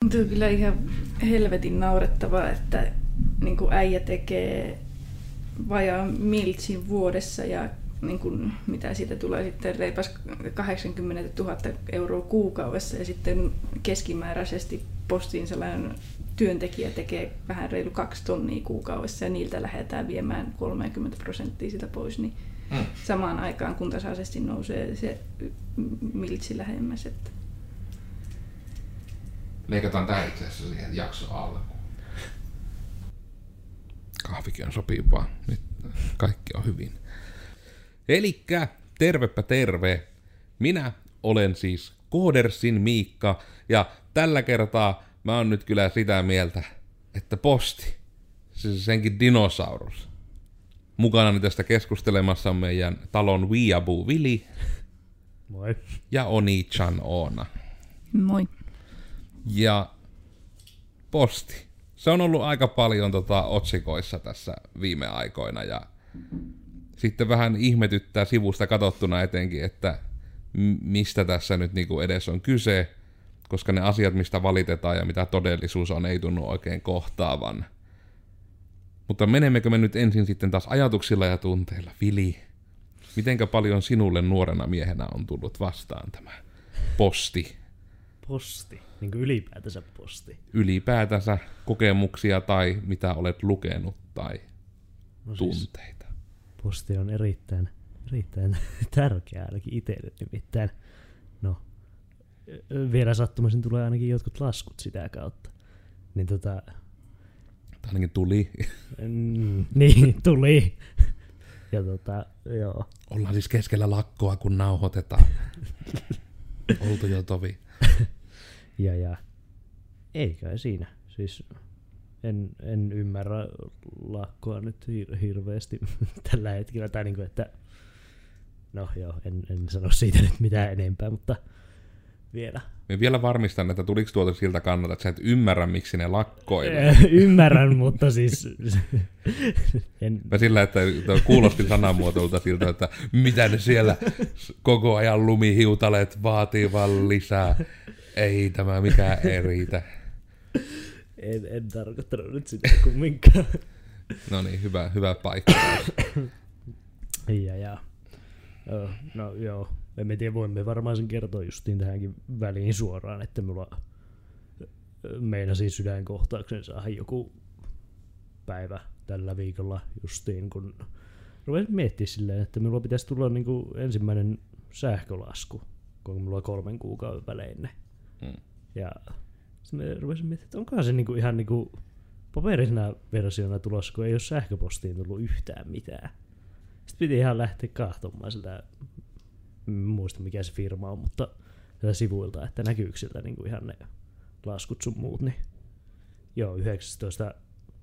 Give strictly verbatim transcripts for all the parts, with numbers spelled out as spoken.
Tuo on kyllä ihan helvetin naurettavaa, että niin kuin äijä tekee vajaan miltsin vuodessa ja niin kuin, mitä siitä tulee sitten reipas kahdeksankymmentätuhatta euroa kuukaudessa ja sitten keskimääräisesti postiin sellainen työntekijä tekee vähän reilu kaksi tonnia kuukaudessa ja niiltä lähdetään viemään kolmekymmentä prosenttia sitä pois, niin hmm. samaan aikaan kun tasaisesti nousee se miltsi lähemmäs. Että leikataan tämä itse asiassa siihen jakso alkuun. Kahvikin on sopivaa. Nyt kaikki on hyvin. Elikkä tervepä terve. Minä olen siis Koodersin Miikka ja tällä kertaa mä oon nyt kyllä sitä mieltä, että posti, siis senkin dinosaurus. Mukana tästä keskustelemassa on meidän talon Weeaboo Vili. Moi. Ja Oni-chan Oona. Moi. Ja posti. Se on ollut aika paljon tota, otsikoissa tässä viime aikoina ja sitten vähän ihmetyttää sivusta katsottuna etenkin, että m- mistä tässä nyt niinku edes on kyse, koska ne asiat, mistä valitetaan ja mitä todellisuus on, ei tunnu oikein kohtaavan. Mutta menemmekö me nyt ensin sitten taas ajatuksilla ja tunteilla? Vili, mitenkä paljon sinulle nuorena miehenä on tullut vastaan tämä posti? Posti, niin kuin ylipäätänsä posti. Ylipäätänsä kokemuksia tai mitä olet lukenut tai no tunteita. Siis, posti on erittäin, erittäin tärkeää ainakin itselle nimittäin. No, vielä sattumaisen tulee ainakin jotkut laskut sitä kautta. Niin tota... Ainakin tuli. Mm, niin, tuli. Ja tota, joo. Ollaan siis keskellä lakkoa, kun nauhoitetaan. Oltu jo tovi. Ja, ja ei kai siinä. Siis en, en ymmärrä lakkoa nyt hir- hirveästi tällä hetkellä. Tai niinku, että no joo, en, en sano siitä nyt mitään enempää, mutta vielä. Me vielä varmistan, että tuliko tuolta siltä kannalta, että sä et ymmärrä, miksi ne lakkoilee. Ymmärrän, mutta siis... en... Mä sillä, että kuulosti sanamuotoilta siltä, että mitä ne siellä koko ajan lumihiutaleet vaatii vaan lisää. Ei tämä mikään ei riitä. En, en tarkoittanut nyt sitä kumminkaan. No niin, hyvä, hyvä paikka. Ja, ja. No joo, en tiedä, voimme varmaan sen kertoa justiin tähänkin väliin suoraan, että mulla meinasi sydänkohtauksen saada joku päivä tällä viikolla justiin, kun rupesin miettimään silleen, että minulla pitäisi tulla niinku ensimmäinen sähkölasku, kun mulla on kolmen kuukauden välein ne. Hmm. Ja sitten rupesin miettimään, että onkohan se niinku ihan niinku paperisena versiona tulossa, kun ei ole sähköpostiin tullut yhtään mitään. Sitten piti ihan lähteä kahtomaan siltä, en muista mikä se firma on, mutta sieltä sivuilta, että näkyykö siltä niinku ihan ne laskut sun muut, niin joo, yhdeksästoista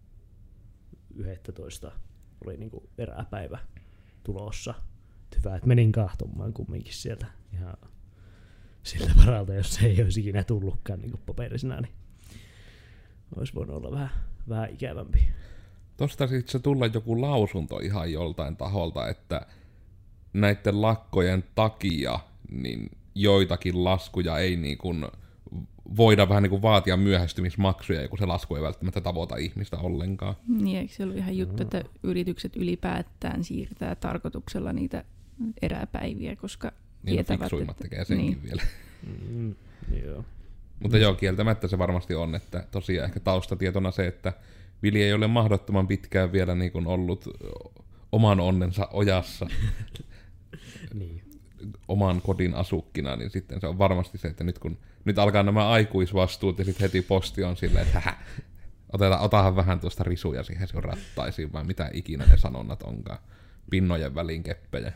yhdestoista oli niinku eräpäivä tulossa. Hyvä, että menin kahtomaan kumminkin sieltä ihan siltä varalta, jos se ei olisi ikinä tullutkaan niinku paperisena, niin olisi voinut olla vähän, vähän ikävämpi. Tosta sitten se tulla joku lausunto ihan joltain taholta, että näiden lakkojen takia niin joitakin laskuja ei niin kuin voida vähän niin kuin vaatia myöhästymismaksuja, kun se lasku ei välttämättä tavoita ihmistä ollenkaan. Niin, eikö se ollut ihan juttu, että yritykset ylipäätään siirtää tarkoituksella niitä eräpäiviä, koska niin tietävät, fiksuimmat että... tekee senkin niin. vielä. Mm, joo. Mutta joo, kieltämättä se varmasti on, että tosiaan ehkä taustatietona se, että Vili ei ole mahdottoman pitkään vielä niin kuin ollut oman onnensa ojassa niin. oman kodin asukkina, niin sitten se on varmasti se, että nyt kun nyt alkaa nämä aikuisvastuut ja sitten heti posti on silleen, että hähä, otetaan, otahan vähän tuosta risuja siihen sun rattaisiin, vai mitä ikinä ne sanonnat onkaan, pinnojen väliin keppejä.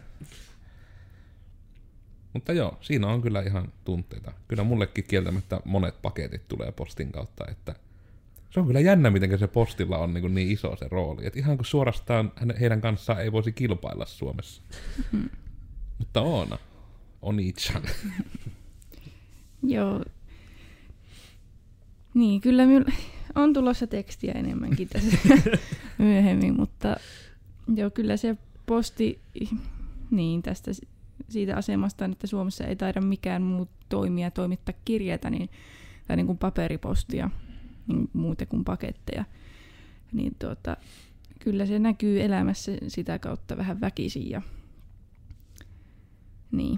Mutta joo, siinä on kyllä ihan tunteita. Kyllä mullekin kieltämättä monet paketit tulee postin kautta, että se on kyllä jännä, miten se postilla on niin, niin iso se rooli. Että ihan kuin suorastaan heidän kanssaan ei voisi kilpailla Suomessa. Mm-hmm. Mutta Oona, Oni-chan. Joo. Niin, kyllä minulla on tulossa tekstiä enemmänkin tässä myöhemmin, mutta joo, kyllä se posti niin tästä siitä asemasta, että Suomessa ei taida mikään muu toimia toimittaa kirjeitä, niin tai niin kuin paperipostia, niin muuten kuin paketteja, niin tuota, kyllä se näkyy elämässä sitä kautta vähän väkisin. Ja niin.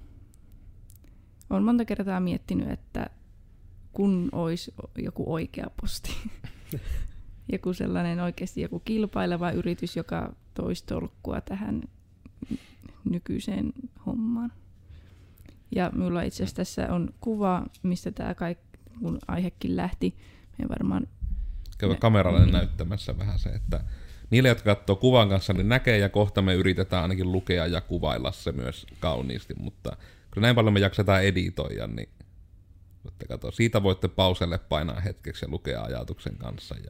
Olen monta kertaa miettinyt, että kun olisi joku oikea posti, joku sellainen oikeasti joku kilpaileva yritys, joka toisi tolkkua tähän nykyiseen hommaan. Ja minulla itse asiassa tässä on kuva, mistä tämä kaikki, kun aihekin lähti, me varmaan... Käydä kameralle niin näyttämässä vähän se, että niille, jotka katsoo kuvan kanssa, niin näkee, ja kohta me yritetään ainakin lukea ja kuvailla se myös kauniisti, mutta kun näin paljon me jaksetaan editoida, niin voitte katsoa. Siitä voitte pauselle painaa hetkeksi ja lukea ajatuksen kanssa. Ja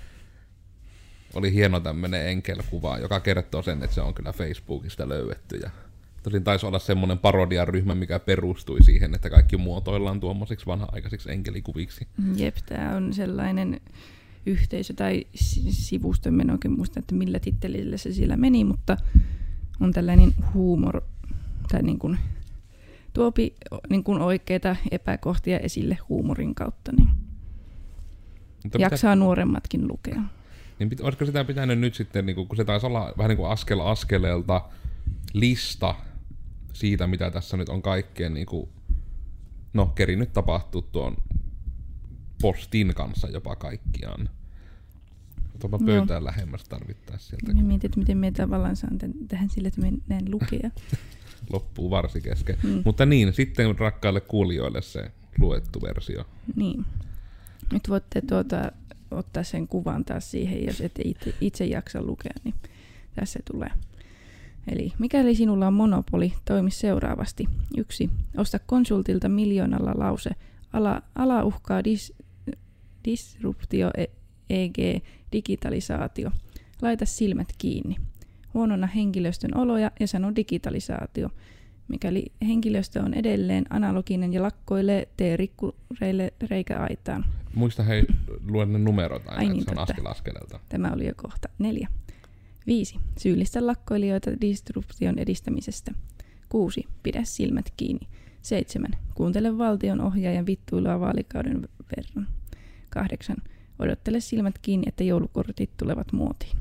oli hieno tämmönen enkelkuva, joka kertoo sen, että se on kyllä Facebookista löydetty. Ja tosin taisi olla semmoinen parodiaryhmä, mikä perustui siihen, että kaikki muotoillaan tuommoisiksi vanha-aikaisiksi enkelikuviksi. Jep, tämä on sellainen yhteisö tai sivusto, en oikein muista, että millä tittelillä se siellä meni, mutta on tällainen huumor, tai niin kuin tuopi niin kuin oikeita epäkohtia esille huumorin kautta, niin mutta jaksaa mitä nuoremmatkin lukea. Niin pit, olisiko sitä pitänyt nyt sitten, niin kun se taisi olla vähän niin kuin askel askeleelta lista siitä, mitä tässä nyt on kaikkeen, niin kuin, no kerinyt tapahtua tuon postin kanssa jopa kaikkiaan. Otapa pöytään lähemmäs tarvittaessa sieltä. Mä mietin, että miten me tavallaan saan tämän, tähän sille, että me näin lukea. Loppuu varsi kesken. Mm. Mutta niin, sitten rakkaille kuulijoille se luettu versio. Niin. Nyt voitte tuota, ottaa sen kuvan taas siihen, jos ette itse, itse jaksa lukea, niin tässä tulee. Eli mikäli sinulla on monopoli, toimi seuraavasti. Yksi. Osta konsultilta miljoonalla lause. Ala, ala uhkaa dis, disruptio, E G, digitalisaatio. Laita silmät kiinni. Huonona henkilöstön oloja ja sano digitalisaatio. Mikäli henkilöstö on edelleen analoginen ja lakkoilee, tee rikkureille reikä aitaan. Muista hei, luen ne numerot aina, Ai niin, että se on totta. askel askeleelta. Tämä oli jo kohta. Neljä. Viisi. Syyllistä lakkoilijoita disruption edistämisestä. Kuusi. Pidä silmät kiinni. Seitsemän. Kuuntele valtion ohjaajan vittuilua vaalikauden verran. Kahdeksan. Odottele silmät kiinni, että joulukortit tulevat muotiin.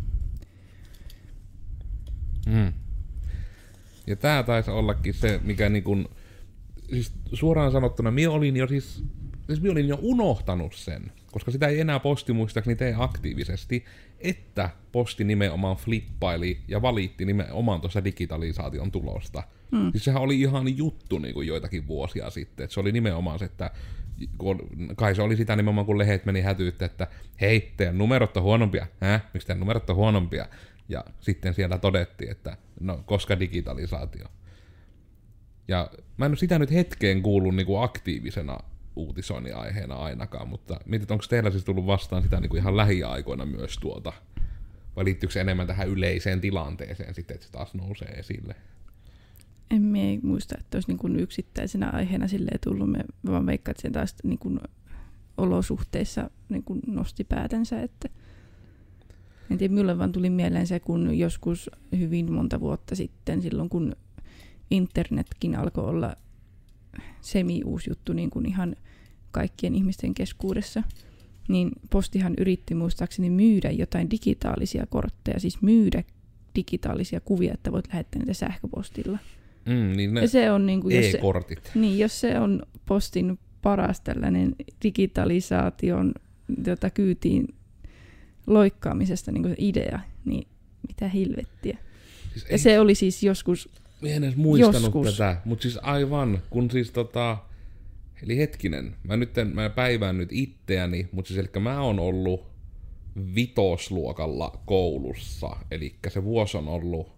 Mm. Ja tää taisi ollakin se, mikä niinku, siis suoraan sanottuna, minä olin jo siis, siis minä olin jo unohtanut sen, koska sitä ei enää posti muistaakseni tee aktiivisesti, että posti nimenomaan flippaili ja valitti nimenomaan tuossa digitalisaation tulosta. Mm. Siis sehän oli ihan juttu niin kuin joitakin vuosia sitten, että se oli nimenomaan se, että kun, kai se oli sitä nimenomaan, kun lehdet meni hätyyttä, että hei, teidän numerot on huonompia, hä? Miksi teidän numerot on huonompia? Ja sitten siellä todettiin, että no, koska digitalisaatio. Ja mä en ole sitä nyt hetkeen kuullut niin kuin aktiivisena uutisoinnin aiheena ainakaan, mutta mietit, onko teillä siis tullut vastaan sitä niin kuin ihan lähiaikoina myös tuota, vai liittyykö se enemmän tähän yleiseen tilanteeseen sitten, että se taas nousee esille? En mie muista, että olisi niin kuin yksittäisenä aiheena silleen tullut, me vaan veikkaan, että se taas niin kuin olosuhteissa niin kuin nosti päätänsä, että en tiedä, minulle vaan tuli mieleen se, kun joskus hyvin monta vuotta sitten, silloin kun internetkin alkoi olla semi-uusi juttu niin kuin ihan kaikkien ihmisten keskuudessa, niin postihan yritti muistaakseni myydä jotain digitaalisia kortteja, siis myydä digitaalisia kuvia, että voit lähettää niitä sähköpostilla. Mm, niin ne ja se on, niin kuin, jos e-kortit. Se, niin, jos se on postin paras tällainen digitalisaation jota kyytiin loikkaamisesta niin kuin se idea, niin mitä helvettiä. Siis ja ei, se oli siis joskus en edes muistanut joskus. tätä, mutta siis aivan, kun siis tota, eli hetkinen, mä nyt en, mä päivään nyt itseäni, mutta siis eli mä oon ollut vitosluokalla koulussa, eli se vuosi on ollut,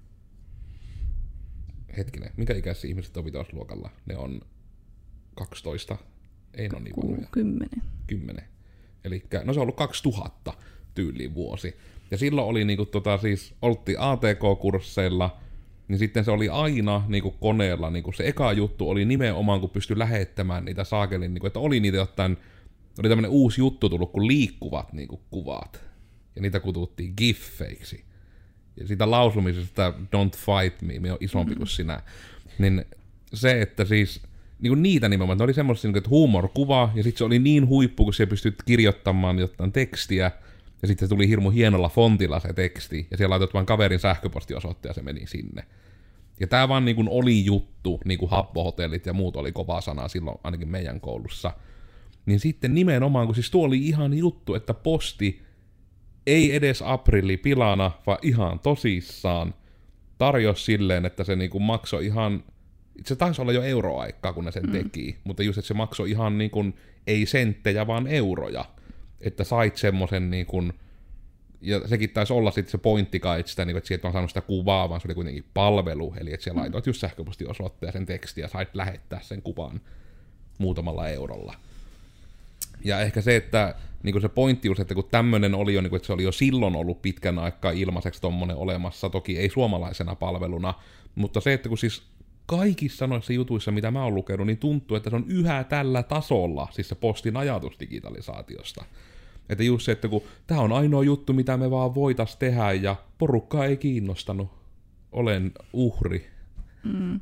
hetkinen, minkä ikäisiä ihmiset on vitosluokalla? Ne on kaksitoista, ei no niin vanhoja. Kymmenen. Kymmenen. Eli no se on ollut kaksituhatta tyyliin vuosi. Ja silloin oli niinku tota siis, oltiin A T K-kursseilla, niin sitten se oli aina niinku koneella, niinku se eka juttu oli nimenomaan, kun pystyi lähettämään niitä saakelin, niinku, että oli niitä jotain, oli tämmönen uusi juttu tullut, kun liikkuvat niinku kuvat. Ja niitä kututtiin giffeiksi. Ja siitä lausumisesta don't fight me, me on isompi kuin sinä. Niin se, että siis niinku niitä nimenomaan, ne oli semmoista, että huumorkuva, ja sitten se oli niin huippu, kun siellä pystyt kirjoittamaan jotain tekstiä, ja sitten se tuli hirmu hienolla fontilla se teksti, ja siellä laitoit vaan kaverin sähköpostiosoitteen, ja se meni sinne. Ja tää vaan niinku oli juttu, niinku happohotellit ja muut oli kova sana silloin ainakin meidän koulussa. Niin sitten nimenomaan, kun siis tuo oli ihan juttu, että posti ei edes aprillipilana, vaan ihan tosissaan tarjosi silleen, että se niinku maksoi ihan, se taisi olla jo euroaikaa, kun ne sen mm. teki, mutta just, että se maksoi ihan niinku, ei senttejä, vaan euroja. Että sait semmosen niinku, ja sekin taisi olla sitten se pointti kai, että, sitä, niin, että sieltä on saanut sitä kuvaa, vaan se oli kuitenkin palvelu, eli että siellä laitoit just sähköpostiosoitteen ja sen tekstiä, ja sait lähettää sen kuvan muutamalla eurolla. Ja ehkä se, että niin se pointti just, että kun tämmöinen oli jo, niin kuin, että se oli jo silloin ollut pitkän aikaa ilmaiseksi tommonen olemassa, toki ei suomalaisena palveluna, mutta se, että kun siis kaikissa noissa jutuissa, mitä mä oon lukenut, niin tuntuu, että se on yhä tällä tasolla, siis se postin ajatus digitalisaatiosta. Että just se, että kun tää on ainoa juttu, mitä me vaan voitais tehdä, ja porukkaa ei kiinnostanut, olen uhri. Mm.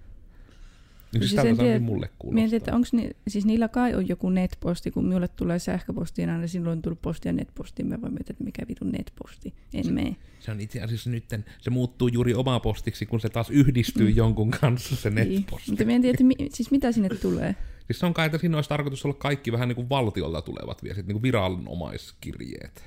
Niin siis tältä se mulle kuulostaa. Mietin, että onko ni, siis niillä kai on joku netposti, kun minulle tulee sähköpostiin aina, silloin on tullut postia netpostiin, mä voin miettiä, että mikä vitun netposti, en se, mene. Se on itse asiassa nyt, se muuttuu juuri omapostiksi, kun se taas yhdistyy mm. jonkun kanssa se netposti. Mutta mietin, että mi, siis mitä sinne tulee? Siis se on kai, että siinä olisi tarkoitus olla kaikki vähän niin kuin valtiolta tulevat viestit, niin kuin viranomaiskirjeet.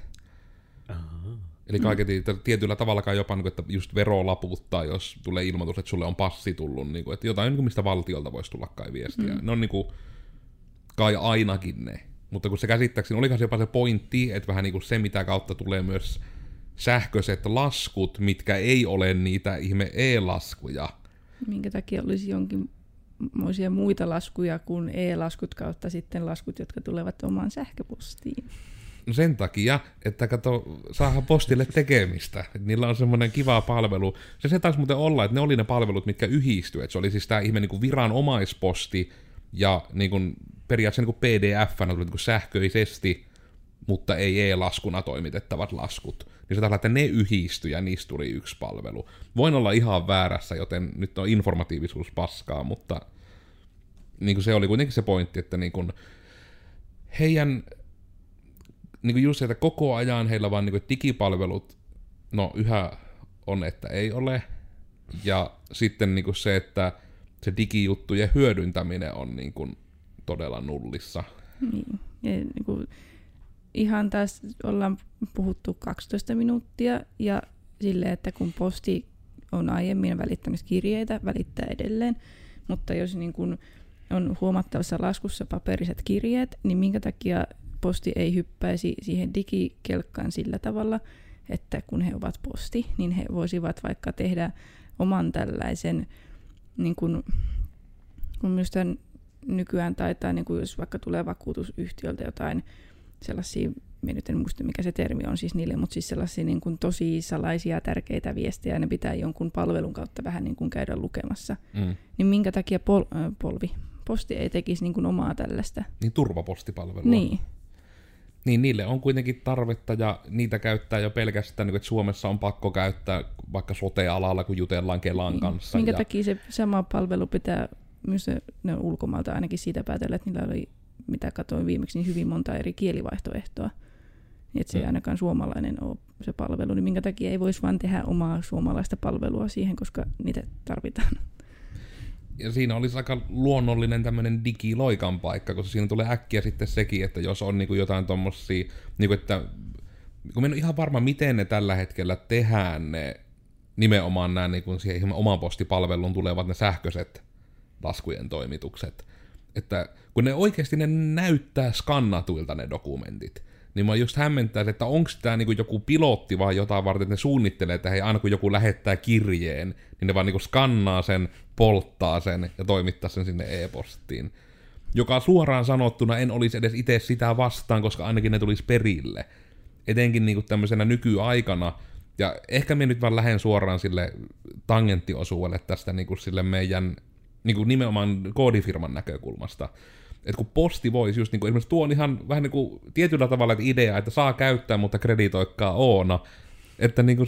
Aha. Eli kaiketi tietyllä tavalla kai jopa, että just verolaputtaa, jos tulee ilmoitus, että sulle on passi tullut, niin kuin, että jotain, mistä valtiolta voisi tulla kai viestiä. Mm. Ne on niin kuin, kai ainakin ne. Mutta kun se käsittääkseni, olikohan se jopa se pointti, että vähän niin kuin se, mitä kautta tulee myös sähköiset laskut, mitkä ei ole niitä ihme e-laskuja. Minkä takia olisi jonkinmoisia muita laskuja kuin e-laskut kautta sitten laskut, jotka tulevat omaan sähköpostiin. No sen takia, että kato, saadaan postille tekemistä. Että niillä on semmoinen kiva palvelu. Se se taisi muuten olla, että ne oli ne palvelut, mitkä yhdistyivät. Se oli siis tämä ihme niin kuin viranomaisposti ja niin kuin, periaatteessa niin kuin P D F, niin kuin sähköisesti, mutta ei e-laskuna toimitettavat laskut. Niin se taisi olla, että ne yhdistyi ja niistä tuli yksi palvelu. Voin olla ihan väärässä, joten nyt on informatiivisuus paskaa, mutta niin kuin se oli kuitenkin se pointti, että niin kuin, heidän... Niin kuin just se, että koko ajan heillä vaan niin kuin digipalvelut, no yhä on, että ei ole. Ja sitten niin kuin se, että se digijuttujen hyödyntäminen on niin kuin todella nullissa. Niin. Ja niin kuin ihan taas ollaan puhuttu kaksitoista minuuttia ja silleen, että kun posti on aiemmin välittänyt kirjeitä, välittää edelleen, mutta jos niin kuin on huomattavassa laskussa paperiset kirjeet, niin minkä takia posti ei hyppäisi siihen digikelkkaan sillä tavalla, että kun he ovat posti, niin he voisivat vaikka tehdä oman tällaisen, niin kun, kun myös nykyään taitaa, niin kun jos vaikka tulee vakuutusyhtiöltä jotain sellaisia, minä nyt en muista mikä se termi on siis niille, mutta siis sellaisia niin kun tosi salaisia tärkeitä viestejä, ne pitää jonkun palvelun kautta vähän niin kun käydä lukemassa. Mm. Niin minkä takia pol- polvi, posti ei tekisi niin kun omaa tällaista? Niin turvapostipalvelua. Niin. Niin niille on kuitenkin tarvetta ja niitä käyttää jo pelkästään, että Suomessa on pakko käyttää vaikka sote-alalla, kun jutellaan Kelan kanssa. Minkä ja... takia se sama palvelu pitää, myös ne on ulkomailta ainakin siitä päätellä, että niillä oli, mitä katsoin viimeksi, niin hyvin monta eri kielivaihtoehtoa. Että se ei ainakaan suomalainen ole se palvelu, niin minkä takia ei voisi vaan tehdä omaa suomalaista palvelua siihen, koska niitä tarvitaan. Ja siinä olisi aika luonnollinen tämmöinen digiloikan paikka, koska siinä tulee äkkiä sitten sekin, että jos on niinku jotain tommosia, niinku että kun en ole ihan varma, miten ne tällä hetkellä tehdään ne nimenomaan nämä niinku siihen oman postipalveluun tulevat ne sähköiset laskujen toimitukset. Että kun ne oikeasti ne näyttää skannatuilta ne dokumentit, niin mä just hämmentäisin, että onko tämä niinku joku pilotti vai jotain varten, että ne suunnittelee, että hei, aina kun joku lähettää kirjeen, niin ne vaan niinku skannaa sen, polttaa sen ja toimittaa sen sinne e-postiin. Joka suoraan sanottuna en olisi edes itse sitä vastaan, koska ainakin ne tulisi perille. Etenkin niinku tämmöisenä nykyaikana. Ja ehkä me nyt vaan lähden suoraan sille tangenttiosuudelle tästä niinku sille meidän niinku nimenomaan koodifirman näkökulmasta. Että kun posti voisi just niinku, esimerkiksi tuo on ihan vähän niinku tietyllä tavalla että idea, että saa käyttää, mutta kreditoikkaa Oona. Että niinku,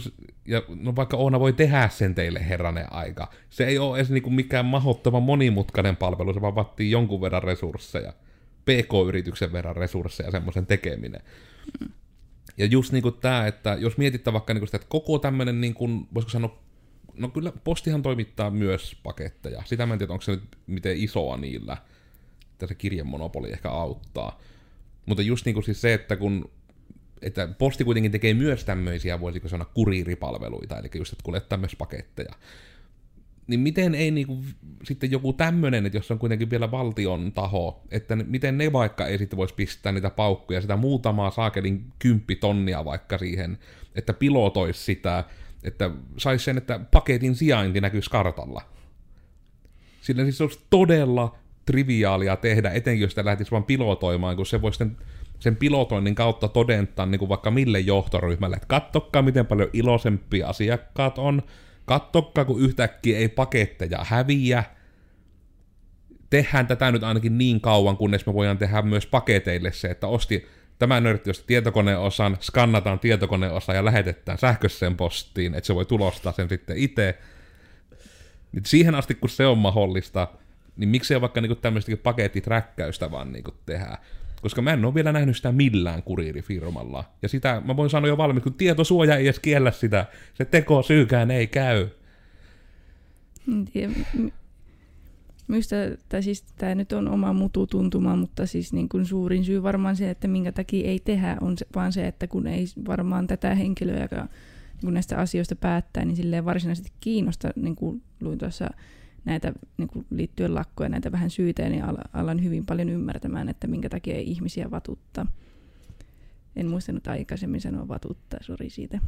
ja no vaikka Oona voi tehdä sen teille herranen aika. Se ei ole edes niinku mikään mahdottoman monimutkainen palvelu, se vaan vaatii jonkun verran resursseja. P K-yrityksen verran resursseja semmoisen tekeminen. Mm. Ja just niinku tää, että jos mietitte vaikka niinku sitä, että koko tämmönen, niinku, voisiko sanoa, no kyllä Postihan toimittaa myös paketteja. Sitä mä en tiedä, onko se nyt miten isoa niillä, että se kirjemonopoli ehkä auttaa. Mutta just niinku siis se, että kun että Posti kuitenkin tekee myös tämmöisiä, voisiko sanoa, kuriiripalveluita, eli just, että kuljettaa myös paketteja. Niin miten ei niinku sitten joku tämmöinen, että jos on kuitenkin vielä valtion taho, että miten ne vaikka ei sitten voisi pistää niitä paukkuja, sitä muutamaa saakelin kymppitonnia vaikka siihen, että pilotoisi sitä, että saisi sen, että paketin sijainti näkyisi kartalla. Sillä siis olisi todella triviaalia tehdä, etenkin jos sitä lähtisi vaan pilotoimaan, kun se voisi sitten sen pilotoinnin kautta todentaa niin kuin vaikka mille johtoryhmälle, että kattokkaa miten paljon iloisempia asiakkaat on, kattokkaa kun yhtäkkiä ei paketteja häviä, tehdään tätä nyt ainakin niin kauan, kunnes me voidaan tehdä myös paketeille se, että osti tämä nörtti josta tietokoneosan, skannataan tietokoneosa ja lähetetään sähköiseen postiin, että se voi tulostaa sen sitten itse. Siihen asti kun se on mahdollista, niin miksei vaikka niinku tämmöistäkin pakettiträkkäystä vaan niinku tehdä. Koska mä en ole vielä nähnyt sitä millään kuriirifirmalla. Ja sitä mä voin sanoa jo valmiin, kun tietosuoja ei edes kiellä sitä. Se tekosyykään ei käy. Minusta, tai siis tämä nyt on oma mututuntuma, mutta siis niin kuin suurin syy varmaan se, että minkä takia ei tehdä, on se, vaan se, että kun ei varmaan tätä henkilöä, joka kun näistä asioista päättää, niin silleen varsinaisesti kiinnosta, niin kuin luin tuossa näitä niin kuin liittyen lakkoja, näitä vähän syitä, niin alan hyvin paljon ymmärtämään, että minkä takia ei ihmisiä vatuttaa. En muistanut aikaisemmin sanoa vatuttaa, sori siitä.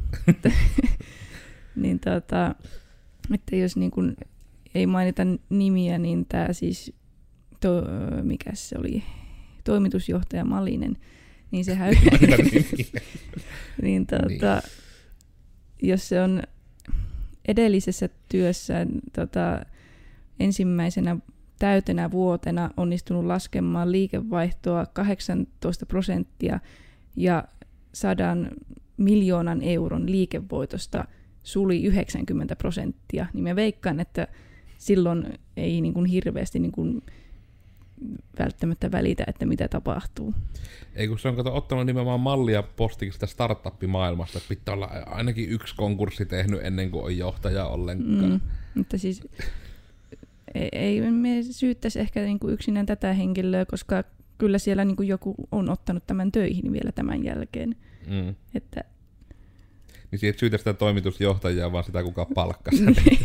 niin tota, että jos niin kuin ei mainita nimiä, niin tämä siis, to, mikä se oli, toimitusjohtaja Malinen, niin sehän niin tota, niin. Jos se on edellisessä työssä tota, ensimmäisenä täytenä vuotena onnistunut laskemaan liikevaihtoa kahdeksantoista prosenttia ja sadan miljoonan euron liikevoitosta suli yhdeksänkymmentä prosenttia, niin mä veikkaan, että silloin ei niin kuin hirveästi niin kuin välttämättä välitä, että mitä tapahtuu. Ei kun se on kato, ottanut nimenomaan mallia Postikista startup-maailmasta, että pitää olla ainakin yksi konkurssi tehnyt ennen kuin on johtaja ollenkaan. Mm, mutta siis ei, ei me syyttäisi ehkä niin kuin yksinään tätä henkilöä, koska kyllä siellä niin kuin joku on ottanut tämän töihin vielä tämän jälkeen. Mm. Että niin siitä syytä sitä toimitusjohtajaa, vaan sitä kuka palkkasi.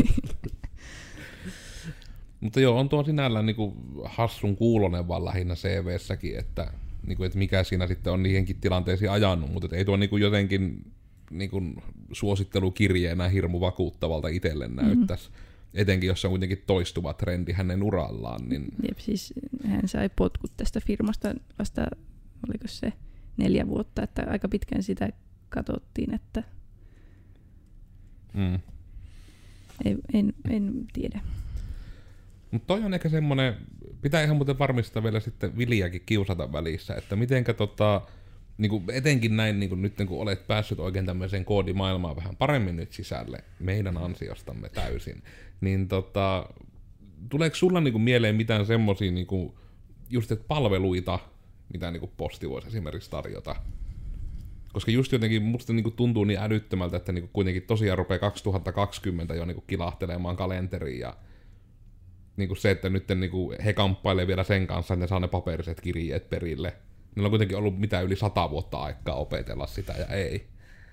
Mutta joo, on tuo sinällään niinku hassun kuulonen vaan lähinnä C V:ssäkin, että, niinku, että mikä siinä sitten on niihinkin tilanteisiin ajanut, mutta ei tuo niinku jotenkin niinku suosittelukirjeenä hirmu vakuuttavalta itselle näyttäisi. Mm-hmm. Etenkin jos se on kuitenkin toistuva trendi hänen urallaan. Niin jep, siis hän sai potkut tästä firmasta vasta, oliko se neljä vuotta, että aika pitkään sitä katsottiin, että mm. ei, en, en tiedä. Mutta toi on ehkä semmoinen, pitää ihan muuten varmistaa vielä sitten Viljakin kiusata välissä, että mitenkä tota, niinku etenkin näin niinku nyt kun olet päässyt oikein tämmöiseen koodimaailmaan vähän paremmin nyt sisälle, meidän ansiostamme täysin, niin tota, tuleeko sulla niinku mieleen mitään semmosia niinku, just et palveluita, mitä niinku Posti voisi esimerkiksi tarjota? Koska just jotenkin musta niinku tuntuu niin älyttömältä, että niinku kuitenkin tosiaan rupeaa kaksituhattakaksikymmentä jo niinku kilahtelemaan kalenteriin ja niinku se, että nyt niinku he kamppailee vielä sen kanssa, että ne saa ne paperiset kirjeet perille. Niillä on kuitenkin ollut mitä yli sata vuotta aikaa opetella sitä ja ei.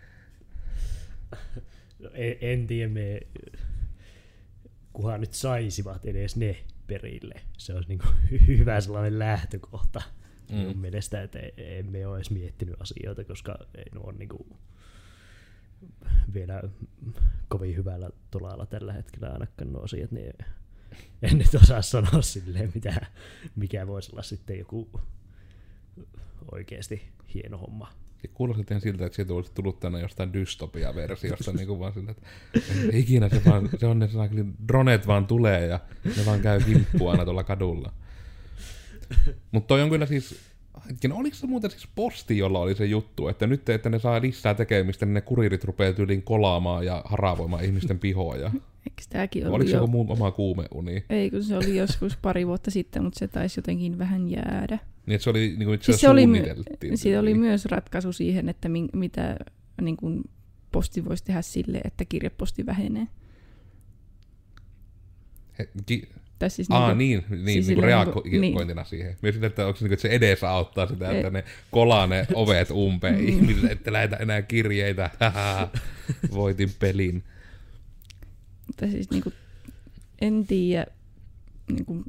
No, en, en tiedä, me, kunhan nyt saisivat edes ne perille. Se olisi niinku hyvä sellainen lähtökohta. Mm. Minun mielestä, että emme ole edes miettinyt asioita, koska ei nuo ole niinku vielä kovin hyvällä tolalla tällä hetkellä ainakaan nuo asiat. Niin en nyt osaa sanoa silleen, mitä, mikä voisi olla sitten joku oikeasti hieno homma. Ja kuulostaa ihan siltä, että sieltä olisi tullut tänne jostain dystopia-versiosta, niin kuin vaan sillä, että ikinä se, vaan, se on ne dronet vaan tulee ja ne vaan käy kimppua aina tuolla kadulla. Mutta toi on kyllä siis Hetken, oliko se muuten siis Posti, jolla oli se juttu, että nyt että ne saa lisää tekemistä, niin ne kuriirit rupeaa tyyliin kolaamaan ja haravoimaan ihmisten pihoja? Eikö tämäkin ollut Oliko se jo... joku muu oma kuumeuni? Ei, kun se oli joskus pari vuotta sitten, mutta se taisi jotenkin vähän jäädä. Niin, että se oli niin kuin itse Siis asiassa se oli, my- suunniteltiin. siitä oli myös ratkaisu siihen, että min- mitä niin kuin Posti voisi tehdä sille, että kirjeposti vähenee. He, ki- Siis Aa, niinku, niin, niin, siis niin reagointina niin. siihen. Myös sitä, että, onko se, niin, että se edesauttaa sitä, että ne kolaa ne ovet umpeen mm. ihmisille, että lähetä enää kirjeitä. Voitin pelin. Mutta siis niinku, en tiedä, niinku,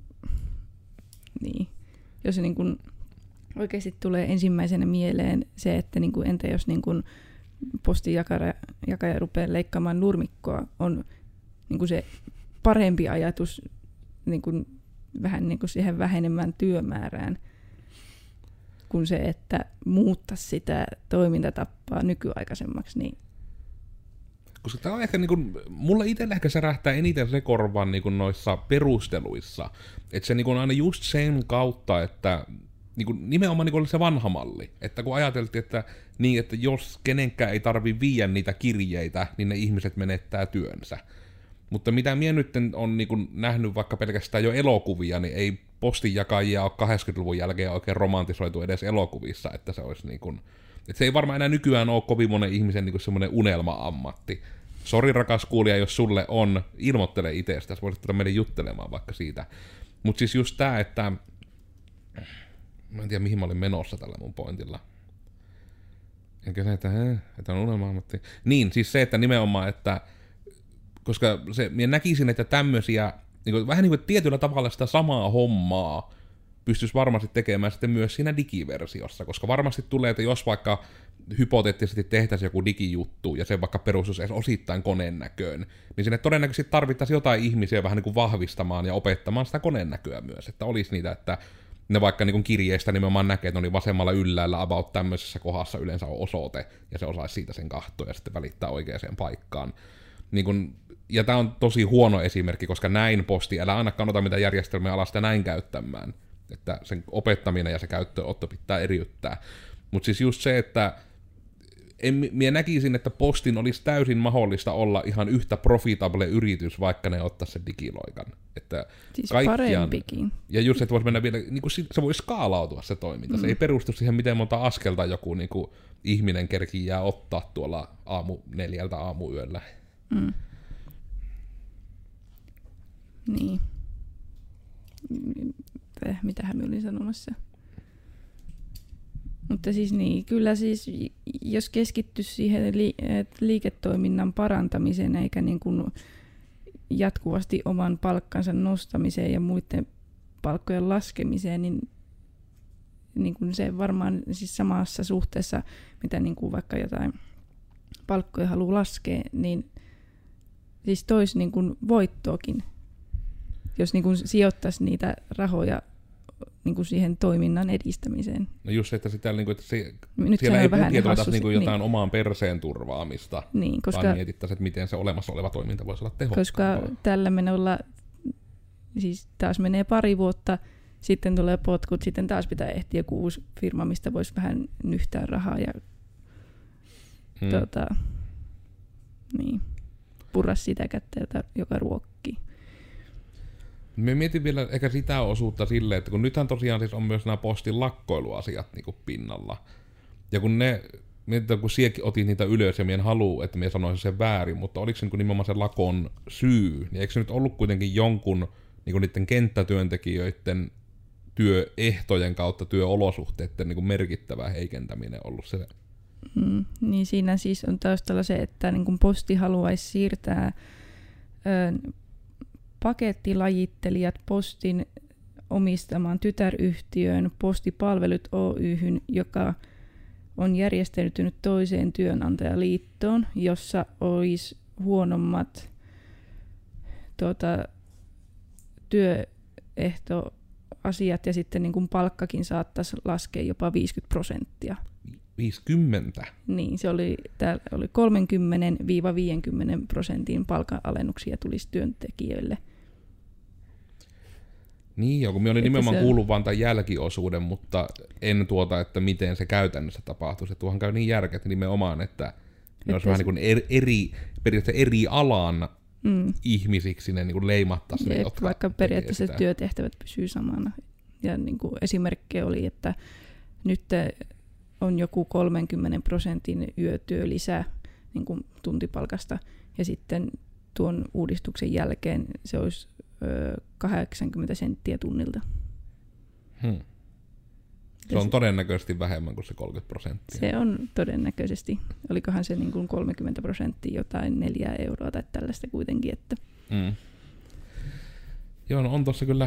niin. Jos niinku, oikeasti tulee ensimmäisenä mieleen se, että niinku, entä jos niinku, postin jakaja, jakaja rupeaa leikkaamaan nurmikkoa, on niinku, se parempi ajatus niin kuin, vähän niin kuin siihen vähenemään työmäärään kuin se, että muuttaa sitä toimintatappaa nykyaikaisemmaksi. Niin. Koska tämä on ehkä, niin kuin, mulla itsellä ehkä särähtää eniten se korvan niin kuin noissa perusteluissa. Että se niin kuin, aina just sen kautta, että niin kuin, nimenomaan niin kuin se vanha malli. Että kun ajateltiin, että, niin, että jos kenenkään ei tarvi viiä niitä kirjeitä, niin ne ihmiset menettää työnsä. Mutta mitä minä nyt on niin kuin nähnyt vaikka pelkästään jo elokuvia, niin ei postinjakajia ole kahdeksankymmentäluvun jälkeen oikein romantisoitu edes elokuvissa, että se olisi niin kuin, että se ei varmaan enää nykyään ole kovin monen ihmisen niin kuin semmoinen unelma-ammatti. Sori rakas kuulija, jos sulle on, ilmoittele itsestäsi, voisit tulla meille juttelemaan vaikka siitä. Mutta siis just tää, että mä en tiedä mihin mä olin menossa tällä mun pointilla. Enkä se, että, he, että on unelma-ammatti. Niin, siis se, että nimenomaan, että koska se, minä näkisin, että tämmöisiä, niin kuin, vähän niin kuin tietyllä tavalla sitä samaa hommaa pystyisi varmasti tekemään sitten myös siinä digiversiossa, koska varmasti tulee, että jos vaikka hypoteettisesti tehtäisiin joku digijuttu, ja se vaikka perustuisi edes osittain koneen näköön, niin sinne todennäköisesti tarvittaisiin jotain ihmisiä vähän niin kuin vahvistamaan ja opettamaan sitä koneen näköä myös, että olisi niitä, että ne vaikka niin kuin kirjeistä nimenomaan näkee, että no niin vasemmalla yllällä about tämmöisessä kohdassa yleensä on osoite, ja se osaisi siitä sen kahtoa ja sitten välittää oikeaan paikkaan. Niin kun, ja tämä on tosi huono esimerkki, koska näin posti, älä ainakaan ota mitä järjestelmiä ala sitä näin käyttämään. Että sen opettaminen ja se käyttöönotto pitää eriyttää. Mutta siis just se, että en, minä näkisin, että postin olisi täysin mahdollista olla ihan yhtä profitable yritys, vaikka ne ottaisi sen digiloikan. Että siis kaikkiaan, parempikin. Ja just, että voisi mennä vielä, niin kuin se voi skaalautua se toiminta. Mm. Se ei perustu siihen, miten monta askelta joku niin kuin ihminen kerkii jää ottaa tuolla aamu neljältä aamuyöllä. Mm. Niin. Eh, mitähän mä olin sanomassa. Mutta siis niin, kyllä siis, jos keskittyisi siihen li- liiketoiminnan parantamiseen eikä niin kuin jatkuvasti oman palkkansa nostamiseen ja muiden palkkojen laskemiseen, niin, niin kuin se varmaan siis samassa suhteessa, mitä niin kuin vaikka jotain palkkoja haluaa laskea, niin siis toisi niin kuin voittoakin, jos niin kuin sijoittaisi niitä rahoja niin kuin siihen toiminnan edistämiseen. No just se, että, sitä, niin kuin, että se, Nyt siellä se ei budjetoida hassu, niin kuin jotain niin. omaan perseen turvaamista, niin, koska, vaan mietittäisiin, että miten se olemassa oleva toiminta voisi olla tehokkaampaa. Koska tällä menolla, siis taas menee pari vuotta, sitten tulee potkut, sitten taas pitää ehtiä joku uusi firma, mistä voisi vähän nyhtää rahaa ja hmm. tota, niin, purra sitä kättä, jota, joka ruokkii. Me mietin vielä ehkä sitä osuutta silleen, että kun nythän tosiaan siis on myös nämä postin lakkoiluasiat niin kuin pinnalla. Ja kun ne, mietitään, kun siekin otit niitä ylös ja mien haluu, että minä sanoisin sen väärin, mutta oliko se niin nimenomaan se lakon syy, niin eikö se nyt ollut kuitenkin jonkun niin kuin niiden kenttätyöntekijöiden työehtojen kautta työolosuhteiden niin kuin merkittävä heikentäminen ollut se? Mm, niin siinä siis on taustalla se, että niin kuin posti haluaisi siirtää ö, pakettilajittelijat postin omistamaan tytäryhtiöön Postipalvelut Oy:hyn, joka on järjestäytynyt toiseen työnantajaliittoon, jossa olisi huonommat tuota, työehtoasiat ja sitten niin kuin palkkakin saattaisi laskea jopa viisikymmentä prosenttia. viisikymmentä? Niin, se oli, täällä oli kolmekymmentä viisikymmentä prosentin palkanalennuksia tulisi työntekijöille. Niin joo, kun minä olin Että nimenomaan se- kuullut vaan tämän jälkiosuuden, mutta en tuota, että miten se käytännössä tapahtuu. Se tuohan käy niin järket nimenomaan, että ne olisi Että vähän se- niin kuin eri, eri, periaatteessa eri alan Mm. ihmisiksi ne niin kuin leimattaisiin ne, Jep, jotka vaikka tekee periaatteessa sitä. työtehtävät pysyy samana. Ja niin kuin esimerkkejä oli, että nyt on joku kolmekymmentä prosentin yötyö lisää niin kuin tuntipalkasta, ja sitten tuon uudistuksen jälkeen se olisi ö, kahdeksankymmentä senttiä tunnilta. Hmm. Se on todennäköisesti vähemmän kuin se kolmekymmentä prosenttia. Se on todennäköisesti, olikohan se niin kuin kolmekymmentä prosenttia jotain neljää euroa tai tällaista kuitenkin, että Mm. Joo, no on tossa kyllä...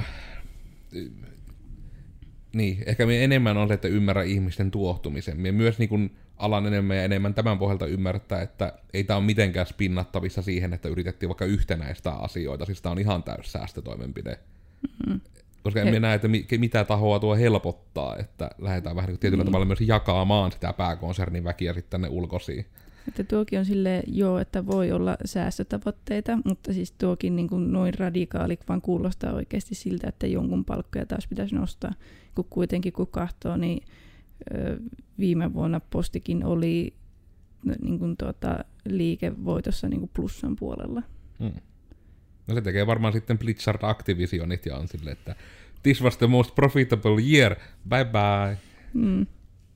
Niin, ehkä me enemmän on se, että ymmärrä ihmisten tuohtumisen. Me myös niin kun alan enemmän ja enemmän tämän pohjalta ymmärtää, että ei tämä ole mitenkään spinnattavissa siihen, että yritettiin vaikka yhtenäistää asioita. Siis tämä on ihan täys säästötoimenpide. mm, Koska emme He- näe, että mi- mitä tahoa tuo helpottaa, että lähdetään vähän niin kuin tietyllä Niin. tavalla myös jakamaan sitä pääkonsernin väkiä sitten tänne ulkosiin. että tuokin on silleen, joo, että voi olla säästötavoitteita, mutta siis tuokin niin kuin noin radikaali vaan kuulostaa oikeasti siltä, että jonkun palkkoja taas pitäisi nostaa. Kun kuitenkin kun katsoo, niin ö, viime vuonna Postikin oli no, niin kuin tuota, liikevoitossa niin kuin plussan puolella. Hmm. No se tekee varmaan sitten Blizzard Activisionit ja on silleen, että this was the most profitable year, bye bye. Mm.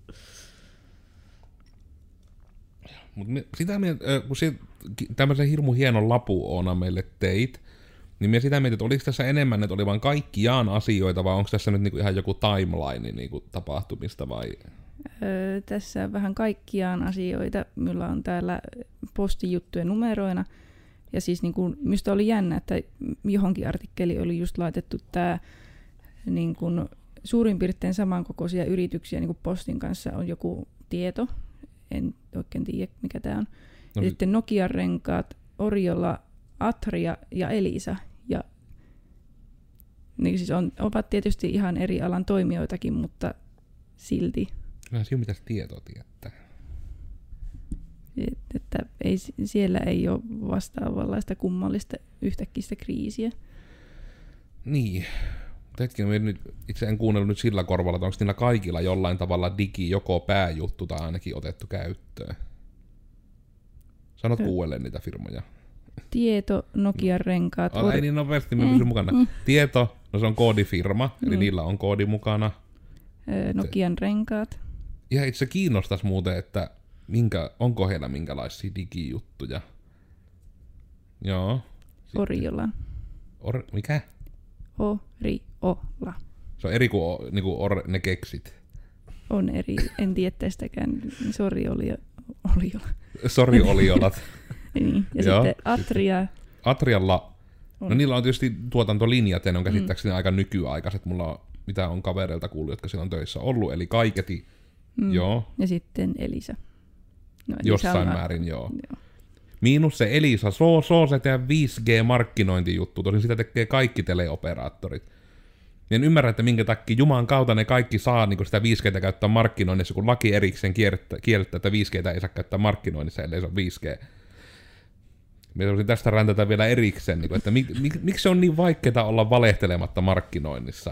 Mutta sitä mieltä, kun se, tämmöisen hirmu hienon lapuoona meille teit, niin me sitä mieltä, että oliko tässä enemmän, että oli vain kaikkiaan asioita, vai onko tässä nyt niinku ihan joku timeline niinku tapahtumista, vai? Öö, tässä on vähän kaikkiaan asioita. Minulla on täällä postijuttujen numeroina. Ja siis niin kuin, minusta oli jännä, että johonkin artikkeliin oli just laitettu tämä niin kuin, suurin piirtein samankokoisia yrityksiä niin kuin Postin kanssa on joku tieto. En oikein tiedä, mikä tämä on. No, Ja sitten Nokian renkaat, Oriola, Atria ja Elisa. Ja, niin siis on, ovat tietysti ihan eri alan toimijoitakin, mutta silti. Kyllä siinä pitäisi tietoa tietää. Et, että ei, siellä ei ole vastaavanlaista kummallista yhtäkkistä kriisiä. Niin. Mutta hetkinen, nyt, itse en kuunnellut nyt sillä korvalla, että onko niillä kaikilla jollain tavalla digi joko pääjuttu tai ainakin otettu käyttöön. Sanot Ö- kuuelle niitä firmoja. Tieto, Nokian renkaat. Ota, ei niin nopeasti, mä pysyn mukana. mm. Tieto, no se on koodifirma, eli Mm. niillä on koodi mukana. ö, Nokian renkaat. Ja itse kiinnostaisi muuten, että minkä, onko heillä minkälaisia digijuttuja. Joo. Sitten- Oriola. Or, mikä? Oriola. Se on eri kuin, o- niinku or, ne keksit. On eri, en tiedä tästäkään. Sori, oli Oriola. Sori oliolat. Niin. Ja Joo, sitten Atria. Atrialla, On. no niillä on tietysti tuotantolinjat, ja ne on käsittääkseni mm. aika nykyaikaiset. Mulla on, mitä on kavereilta kuullut, jotka siellä on töissä ollut, eli kaiketi, Mm. joo, Ja sitten Elisa. No, Elisa jossain on- määrin joo. Joo. Miinus se Elisa, se on, se on se tehdä viisi G-markkinointijuttu, tosin sitä tekee kaikki teleoperaattorit. En ymmärrä, että minkä takia Jumalan kautta ne kaikki saa niin sitä viisi G:tä käyttää markkinoinnissa, kun laki erikseen kieltää, kieltää että viisi G:tä ei saa käyttää markkinoinnissa, ellei se on viisi G. Minä voisin tästä räntätä vielä erikseen, niin kuin, että mik, mik, miksi se on niin vaikeaa olla valehtelematta markkinoinnissa?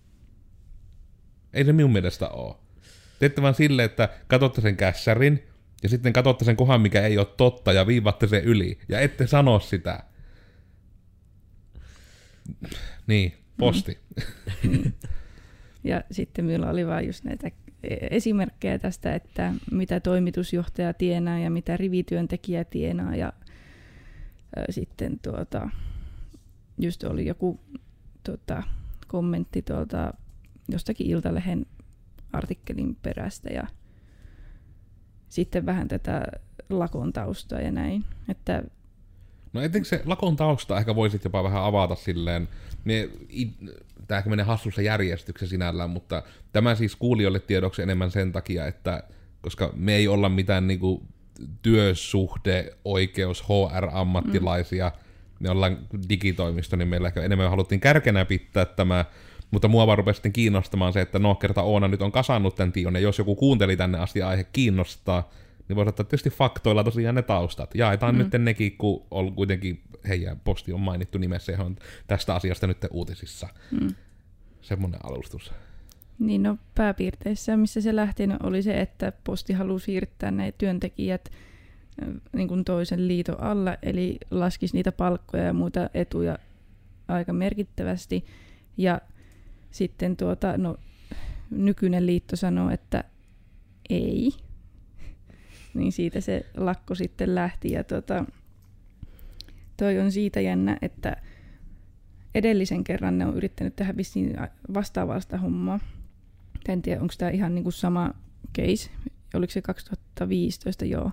Ei se minun mielestä ole. Teette vaan silleen, että katsotte sen kässärin, ja sitten katsotte sen kohan, mikä ei ole totta, ja viivatte sen yli, ja ette sano sitä. Niin, posti. Ja sitten meillä oli vain just näitä esimerkkejä tästä, että mitä toimitusjohtaja tienaa ja mitä rivityöntekijä tienaa. Ja ä, sitten tuota, just oli joku tuota, kommentti tuolta jostakin Iltalehden artikkelin perästä ja sitten vähän tätä lakon taustaa ja näin. Että No etenkin se lakon tausta ehkä voisit jopa vähän avata silleen, ne, tämä ehkä menee hassussa järjestyksessä sinällään, mutta tämä siis kuulijoille tiedoksi enemmän sen takia, että koska me ei olla mitään niinku työsuhde, oikeus, H R-ammattilaisia, mm. me ollaan digitoimisto, niin meillä ehkä enemmän haluttiin kärkenä pitää tämä, mutta mua vaan rupesi sitten kiinnostamaan se, että no kerta Oona nyt on kasannut tämän tion, ja jos joku kuunteli tänne asti aihe kiinnostaa, niin voisi ottaa tietysti faktoilla tosiaan ne taustat. Jaetaan mm. nyt nekin, kun on kuitenkin heidän posti on mainittu nimessä ja on tästä asiasta nyt uutisissa. Mm. semmoinen alustus. Niin no pääpiirteissä, missä se lähti, no, oli se, että posti halusi siirtää ne työntekijät niin kuin toisen liiton alla, eli laskisi niitä palkkoja ja muita etuja aika merkittävästi. Ja sitten tuota, no, nykyinen liitto sanoo, että ei. Niin siitä se lakko sitten lähti. Ja tuota, toi on siitä jännä, että edellisen kerran ne on yrittänyt tehdä vissiin vastaavasta hommaa. En tiedä, onko tämä ihan niinku sama case. Oliko se kaksituhattaviisitoista, joo.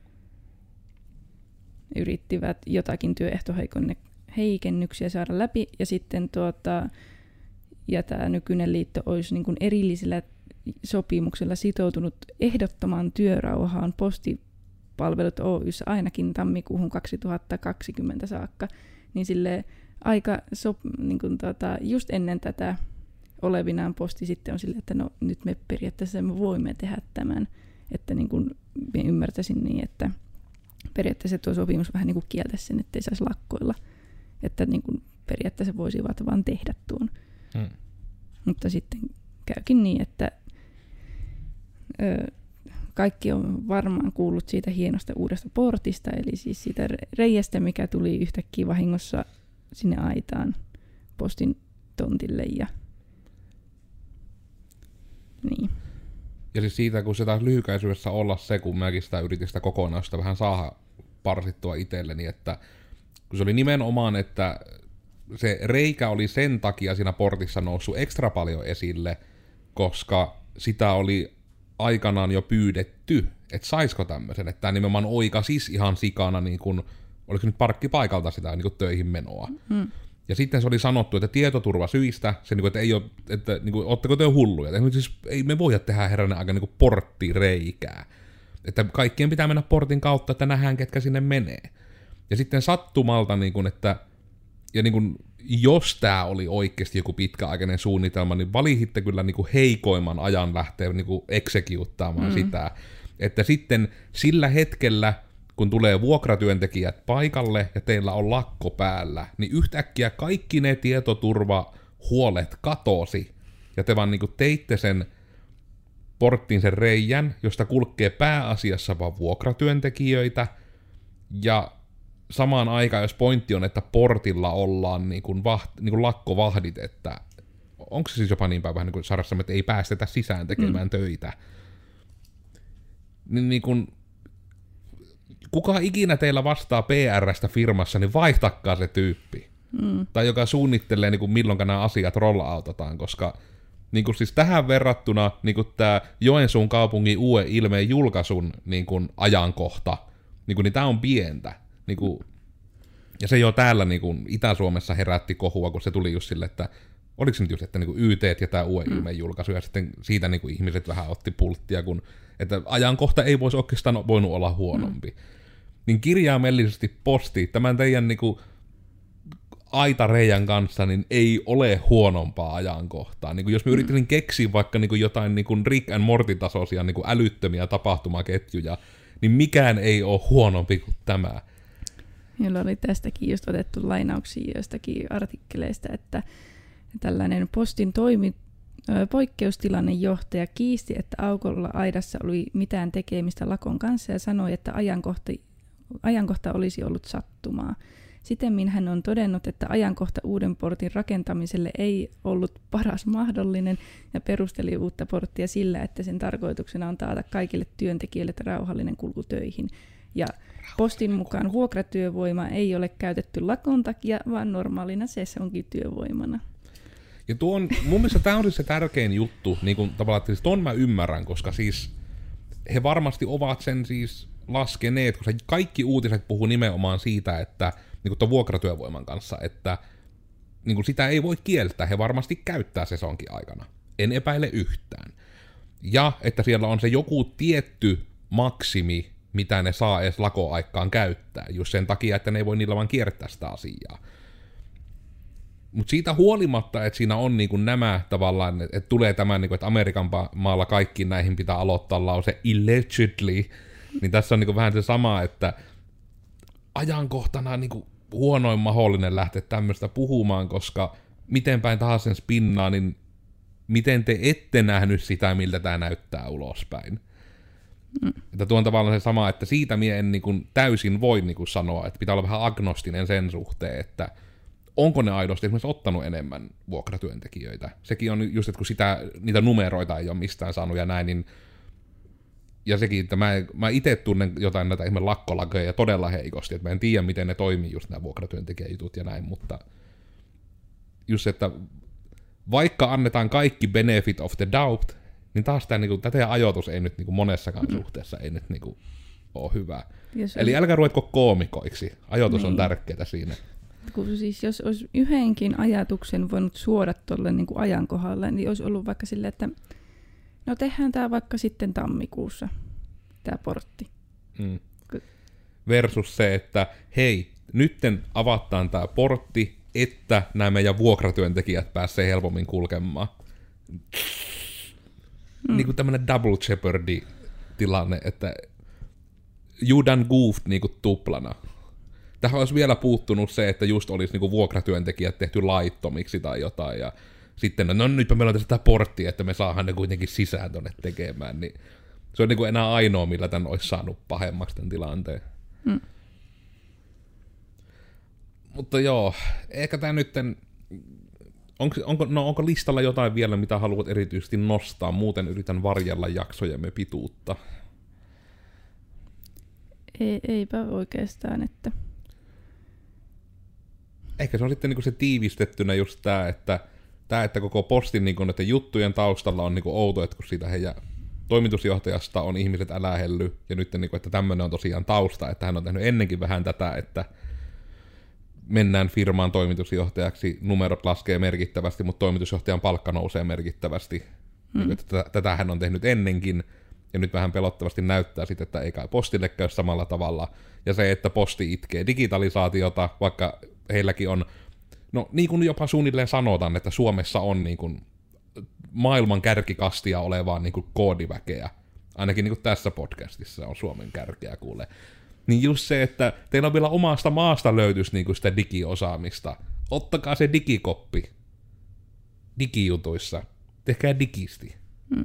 Yrittivät jotakin työehtoheikennyksiä saada läpi. Ja sitten tuota, ja tämä nykyinen liitto olisi niinku erillisellä sopimuksella sitoutunut ehdottomaan työrauhaan postipalvelut Oy:ssä ainakin tammikuuhun kaksituhattakaksikymmentä saakka. Niin silleen aika sop, niin kuin tota, just ennen tätä olevinaan posti sitten on silleen, että no nyt me periaatteessa me voimme tehdä tämän, että niin kuin me ymmärtäisin niin, että periaatteessa tuo sopimus vähän niin kuin kieltäisi sen, ettei saisi lakkoilla, että niin kuin periaatteessa voisivat vaan tehdä tuon. Hmm. Mutta sitten käykin niin, että ö, kaikki on varmaan kuullut siitä hienosta uudesta portista, eli siis siitä reiästä, mikä tuli yhtäkkiä vahingossa sinne aitaan postin tontille. Ja niin. Ja siis siitä, kun se taisi lyhykäisyydessä olla se, kun mäkin sitä yritin sitä kokonaista vähän saada parsittua itselleni, että kun se oli nimenomaan, että se reikä oli sen takia siinä portissa noussut ekstra paljon esille, koska sitä oli aikanaan jo pyydetty, että saisiko tämmöisen, että tämä nimenomaan oikaisi ihan sikana, niin kuin, oliko nyt parkkipaikalta sitä niin kuin töihin menoa. Mm. Ja sitten se oli sanottu, että tietoturvasyistä, se, niin kuin, että ei ole, että niin kuin, ootteko te hulluja, että siis, ei me voida tehdä herranen aika niin kuin porttireikää. Että kaikkien pitää mennä portin kautta, että nähdään, ketkä sinne menee. Ja sitten sattumalta, niin kuin, että ja niin kuin, jos tämä oli oikeasti joku pitkäaikainen suunnitelma, niin valihitte kyllä niin kuin heikoimman ajan lähteä niin kuin executaamaan mm. sitä. Että sitten sillä hetkellä, kun tulee vuokratyöntekijät paikalle ja teillä on lakko päällä, niin yhtäkkiä kaikki ne tietoturvahuolet katosi. Ja te vaan niin kuin teitte sen porttiin sen reijän, josta kulkee pääasiassa vaan vuokratyöntekijöitä. Ja samaan aikaan, jos pointti on, että portilla ollaan niin kuin vaht, niin kuin lakkovahdit, että onko se siis jopa niin päin vähän niin kuin sarjassa, että ei päästetä sisään tekemään mm. töitä. Niin, niin kuin, kuka ikinä teillä vastaa P R:stä firmassa, niin vaihtakaa se tyyppi. Mm. Tai joka suunnittelee, niin kuin milloin nämä asiat rolla-autotaan, koska niin kuin siis tähän verrattuna niin kuin tämä Joensuun kaupungin uuden ilmeen julkaisun niin kuin ajankohta, niin, kuin, niin tämä on pientä. Niin kuin, ja se jo täällä niin kuin Itä-Suomessa herätti kohua, kun se tuli just sille, että oliko se nyt just, että niin kuin Y T ja tämä uuden mm. ilmeen julkaisu, ja sitten siitä niin kuin ihmiset vähän otti pulttia, kun että ajankohta ei voisi oikeastaan voinut olla huonompi. Mm. Niin kirjaimellisesti posti tämän teidän niin kuin aitareijän kanssa, niin ei ole huonompaa ajankohtaa. Niin kuin jos me mm. yritin keksiä vaikka niin kuin jotain niin kuin Rick and Morty-tasoisia niin kuin älyttömiä tapahtumaketjuja, niin mikään ei ole huonompi kuin tämä. Meillä oli tästäkin just otettu lainauksia joistakin artikkeleista, että tällainen postin toimi, poikkeustilanne johtaja kiisti, että aukolla aidassa oli mitään tekemistä lakon kanssa ja sanoi, että ajankohta, ajankohta olisi ollut sattumaa. Sitemmin hän on todennut, että ajankohta uuden portin rakentamiselle ei ollut paras mahdollinen ja perusteli uutta porttia sillä, että sen tarkoituksena on taata kaikille työntekijöille rauhallinen kulku töihin. Ja postin mukaan vuokratyövoima ei ole käytetty lakon takia, vaan normaalina se onkin työvoimana. Ja tuon, mun mielestä tämä on siis se tärkein juttu, niin kuin tavallaan, että siis ton mä ymmärrän, koska siis he varmasti ovat sen siis laskeneet, koska kaikki uutiset puhuu nimenomaan siitä, että niin kuin tuon vuokratyövoiman kanssa, että niin kuin sitä ei voi kieltää, he varmasti käyttää sesonkin aikana. En epäile yhtään. Ja että siellä on se joku tietty maksimi, mitä ne saa edes lakoaikaan käyttää, just sen takia, että ne ei voi niillä vaan kiertää sitä asiaa. Mutta siitä huolimatta, että siinä on niinku nämä tavallaan, että tulee tämä, niinku, että Amerikan maalla kaikkiin näihin pitää aloittaa lause allegedly, niin tässä on niinku vähän se sama, että ajankohtana niinku huonoin mahdollinen lähteä tämmöistä puhumaan, koska miten päin tahansa sen spinnaa, niin miten te ette nähnyt sitä, miltä tämä näyttää ulospäin. Mm. Että tuo on tavallaan se sama, että siitä mie en niin kuin täysin voi niin kuin sanoa, että pitää olla vähän agnostinen sen suhteen, että onko ne aidosti esimerkiksi ottanut enemmän vuokratyöntekijöitä. Sekin on just, että kun sitä, niitä numeroita ei ole mistään saanut ja näin, niin ja sekin, että mä, mä itse tunnen jotain näitä ihme lakkolakeja todella heikosti, että mä en tiedä, miten ne toimii just nämä vuokratyöntekijäjutut ja näin, mutta just, että vaikka annetaan kaikki benefit of the doubt, niin taas tämä, niin tätä ajoitus ei nyt niin monessakaan mm. suhteessa ei nyt niin ole hyvä. Jos Eli olisi... älkää ruvetko koomikoiksi, ajoitus niin. on tärkeää siinä. Kun siis jos olisi yhdenkin ajatuksen voinut suoda tuolle niin ajan kohdalle, niin olisi ollut vaikka silleen, että no tehdään tämä vaikka sitten tammikuussa, tämä portti. Mm. Versus se, että hei, nytten avataan tämä portti, että nämä meidän vuokratyöntekijät pääsee helpommin kulkemaan. Mm. Niin kuin tämmöinen double jeopardy-tilanne, että you done goofed niin kuin tuplana. Tähän olisi vielä puuttunut se, että just olisi niin kuin vuokratyöntekijät tehty laittomiksi tai jotain, ja sitten, no nytpä meillä on tässä tämä portti, että me saadaan ne kuitenkin sisään tonne tekemään, niin se on niin kuin enää ainoa, millä tämän olisi saanut pahemmaksi tämän tilanteen. Mm. Mutta joo, ehkä tämä nytten, onko, onko, no onko listalla jotain vielä, mitä haluat erityisesti nostaa, muuten yritän varjella jaksojemme pituutta. Ei, eipä oikeastaan, että... Ehkä se on sitten niin se tiivistettynä just tämä, että Tämä, että koko postin niin kun, että juttujen taustalla on niin kun, outo, että kun siitä heidän toimitusjohtajasta on ihmiset älähelly, ja nyt niin kun, että tämmöinen on tosiaan tausta, että hän on tehnyt ennenkin vähän tätä, että mennään firmaan toimitusjohtajaksi, numerot laskee merkittävästi, mutta toimitusjohtajan palkka nousee merkittävästi. Mm. Niin, että tätä hän on tehnyt ennenkin, ja nyt vähän pelottavasti näyttää sitten, että ei kai postille käy samalla tavalla. Ja se, että posti itkee digitalisaatiota, vaikka heilläkin on no niin kuin jopa suunnilleen sanotaan, että Suomessa on niin kuin maailman kärkikastia olevaa niin kuin koodiväkeä. Ainakin niin kuin tässä podcastissa on Suomen kärkeä kuulee. Niin just se, että teillä on vielä omasta maasta löytyisi niin kuin sitä digiosaamista. Ottakaa se digikoppi digijutuissa. Tehkää digisti. Hmm.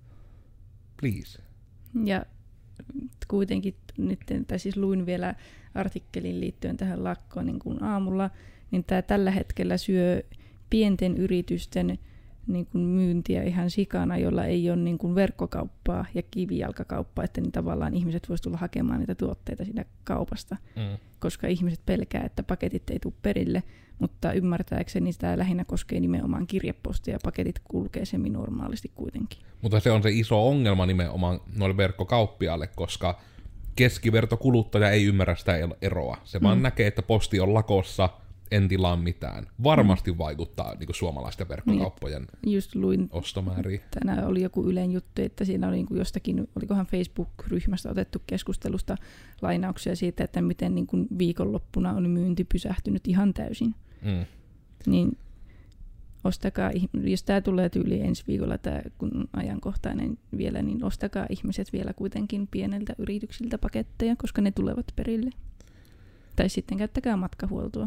Please. Ja kuitenkin nyt, tai siis luin vielä artikkelin liittyen tähän lakkoon niin kuin aamulla, niin tämä tällä hetkellä syö pienten yritysten niin kuin myyntiä ihan sikana, jolla ei ole niin kuin verkkokauppaa ja kivijalkakauppaa, että niin tavallaan ihmiset voisivat tulla hakemaan niitä tuotteita siinä kaupasta, mm. koska ihmiset pelkää, että paketit ei tule perille, mutta ymmärtääkseni sitä lähinnä koskee nimenomaan kirjepostia ja paketit kulkee semi-normaalisti kuitenkin. Mutta se on se iso ongelma nimenomaan noille verkkokauppiaille, koska keskivertokuluttaja ei ymmärrä sitä eroa. Se vaan mm. näkee, että posti on lakossa, en tilaa mitään. Varmasti mm. vaikuttaa niin kuin suomalaisten verkkokauppojen niin, just luin, ostomääriin. Tänään oli joku Ylen juttu, että siinä oli niin kuin jostakin, olikohan Facebook-ryhmästä otettu keskustelusta lainauksia siitä, että miten niin kuin viikonloppuna on myynti pysähtynyt ihan täysin. Mm. Niin ostakaa, jos tämä tulee tyyliin ensi viikolla, tämä kun ajankohtainen vielä, niin ostakaa ihmiset vielä kuitenkin pieneltä yrityksiltä paketteja, koska ne tulevat perille. Tai sitten käyttäkää matkahuoltoa.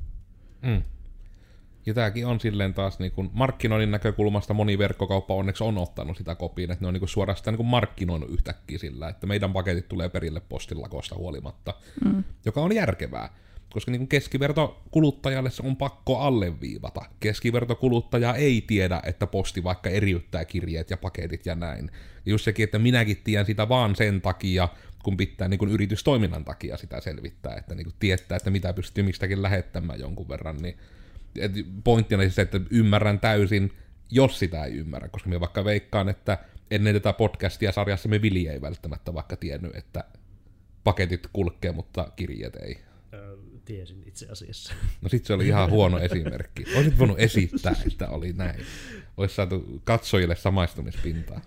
Mm. Ja tämäkin on silleen taas niin kuin markkinoinnin näkökulmasta moni verkkokauppa onneksi on ottanut sitä kopiin, että ne on niin kuin suorastaan niin kuin markkinoinut yhtäkkiä sillä, että meidän paketit tulee perille postilakosta huolimatta, mm. joka on järkevää. Koska niin keskivertokuluttajalle se on pakko alleviivata. Keskivertokuluttaja ei tiedä, että posti vaikka eriyttää kirjeet ja paketit ja näin. Ja just sekin, että minäkin tiedän sitä vaan sen takia, kun pitää niin kuin yritystoiminnan takia sitä selvittää, että niin kuin tietää, että mitä pystyy mistäkin lähettämään jonkun verran. Niin pointtina siis se, että ymmärrän täysin, jos sitä ei ymmärrä, koska minä vaikka veikkaan, että ennen tätä podcastia sarjassa me Vili ei välttämättä vaikka tiennyt, että paketit kulkee, mutta kirjeet ei. Tiesin itse asiassa. No sit se oli ihan huono esimerkki. Olisit voinut esittää, että oli näin. Olisi saatu katsojille samaistumispintaa.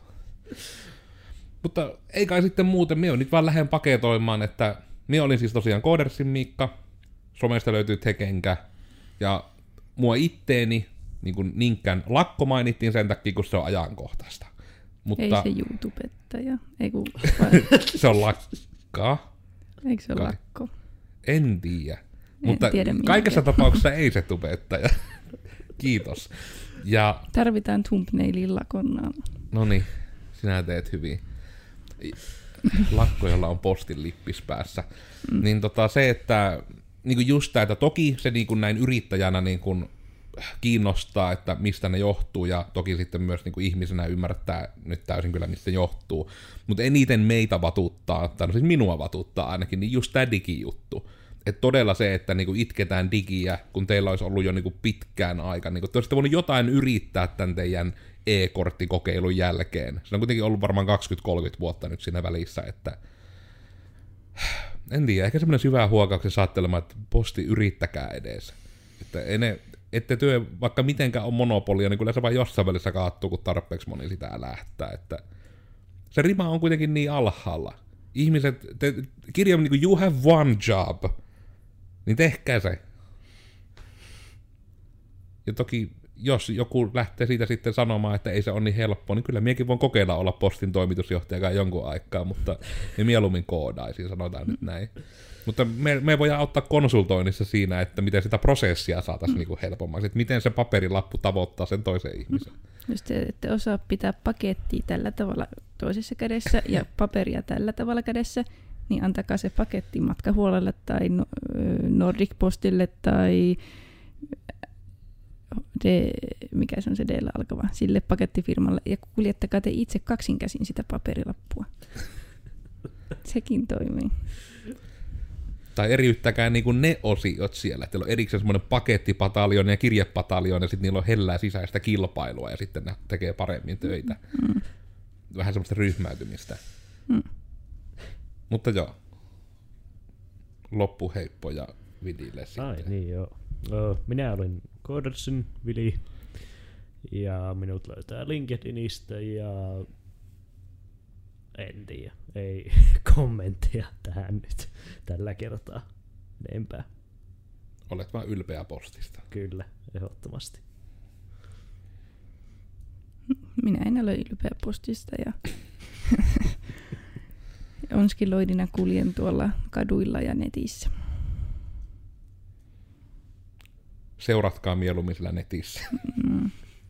Mutta ei kai sitten muuten, minä nyt vaan lähden paketoimaan, että minä olin siis tosiaan Koodersin Miikka, somesta löytyy Tekenkä, ja mua itteeni, niin kuin Ninkkän lakko mainittiin sen takia, kun se on ajankohtaista. Mutta... Ei se YouTubettaja, ei kun... Se on lakkaa. Eikö se ole Kai. lakko? En tiedä. En mutta tiedä kaikessa tapauksessa ei se tubettaja. Kiitos. Ja, Tarvitaan thumbnailin lakonnaan. no niin, sinä teet hyvin. Lakko, jolla on postin lippis päässä. Mm. Niin tota se, että niin kuin just tämä, että toki se niin kuin näin yrittäjänä niin kuin kiinnostaa, että mistä ne johtuu, ja toki sitten myös niin kuin ihmisenä ymmärtää nyt täysin kyllä, mistä se johtuu. Mutta eniten meitä vatuttaa, tai no siis minua vatuttaa ainakin, niin just tämä digijuttu. Että todella se, että niinku itketään digiä, kun teillä olisi ollut jo niinku pitkään aika. Niinku, te olisitte voinut jotain yrittää tämän teidän e-korttikokeilun jälkeen. Se on kuitenkin ollut varmaan kaksikymmentä kolmekymmentä vuotta nyt siinä välissä, että en tiedä, ehkä semmoinen syvä huokauksen saattelema, että posti yrittäkää edes. Että ne, ette työ vaikka mitenkään on monopolia, niin kyllä se vaan jossain välissä kaattuu, kun tarpeeksi moni sitä lähtää. Että se rima on kuitenkin niin alhaalla. Ihmiset, te, kirja on niin kuin you have one job, niin tehkää se. Ja toki, jos joku lähtee siitä sitten sanomaan, että ei se ole niin helppoa, niin kyllä minäkin voin kokeilla olla postin toimitusjohtajakaan jonkun aikaa, mutta me mieluummin koodaisin, sanotaan nyt näin. Mutta me, me voidaan auttaa konsultoinnissa siinä, että miten sitä prosessia saataisiin niinku helpommaksi, että miten se paperilappu tavoittaa sen toisen ihmisen. Jos te ette osaa pitää pakettia tällä tavalla toisessa kädessä ja paperia tällä tavalla kädessä, niin antakaa se paketti matkahuolelle tai Nordic Postille tai de, mikä se on se D-llä alkava, sille pakettifirmalle, ja kuljettakaa te itse kaksinkäsin sitä paperilappua. Sekin toimii. Tai eriyttäkää niinku ne osiot siellä, että teillä on erikseen semmoinen pakettipataljooni ja kirjepataljooni, ja sitten niillä on hellää sisäistä kilpailua, ja sitten ne tekee paremmin töitä. Mm. Vähän semmoista ryhmäytymistä. Mm. Mutta joo. Loppuheippoja Vilille sitten. Ai niin joo. Minä olin Codersin Vili, ja minut löytää LinkedInistä, ja en tiedä, ei kommentteja tähän nyt tällä kertaa enempää. Olet vaan ylpeä postista. Kyllä, ehdottomasti. Minä en ole ylpeä postista, ja onskiloidina kuljen tuolla kaduilla ja netissä. Seuratkaa mieluummin sillä netissä. Mm.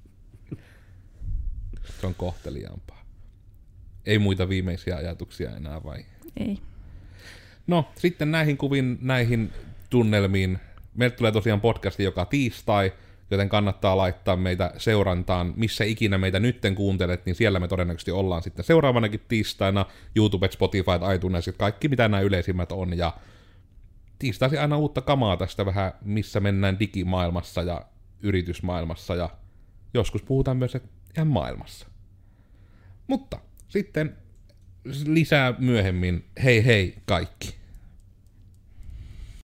Se on kohteliaampaa. Ei muita viimeisiä ajatuksia enää vai? Ei. No, sitten näihin kuviin, näihin tunnelmiin. Meiltä tulee tosiaan podcasti joka tiistai, joten kannattaa laittaa meitä seurantaan, missä ikinä meitä nytten kuuntelet, niin siellä me todennäköisesti ollaan sitten seuraavanakin tiistaina. YouTube, Spotify, iTunes, kaikki mitä nämä yleisimmät on, ja tiistaisin aina uutta kamaa tästä vähän, missä mennään digimaailmassa ja yritysmaailmassa, ja joskus puhutaan myös ihan maailmassa. Mutta sitten lisää myöhemmin. Hei hei kaikki!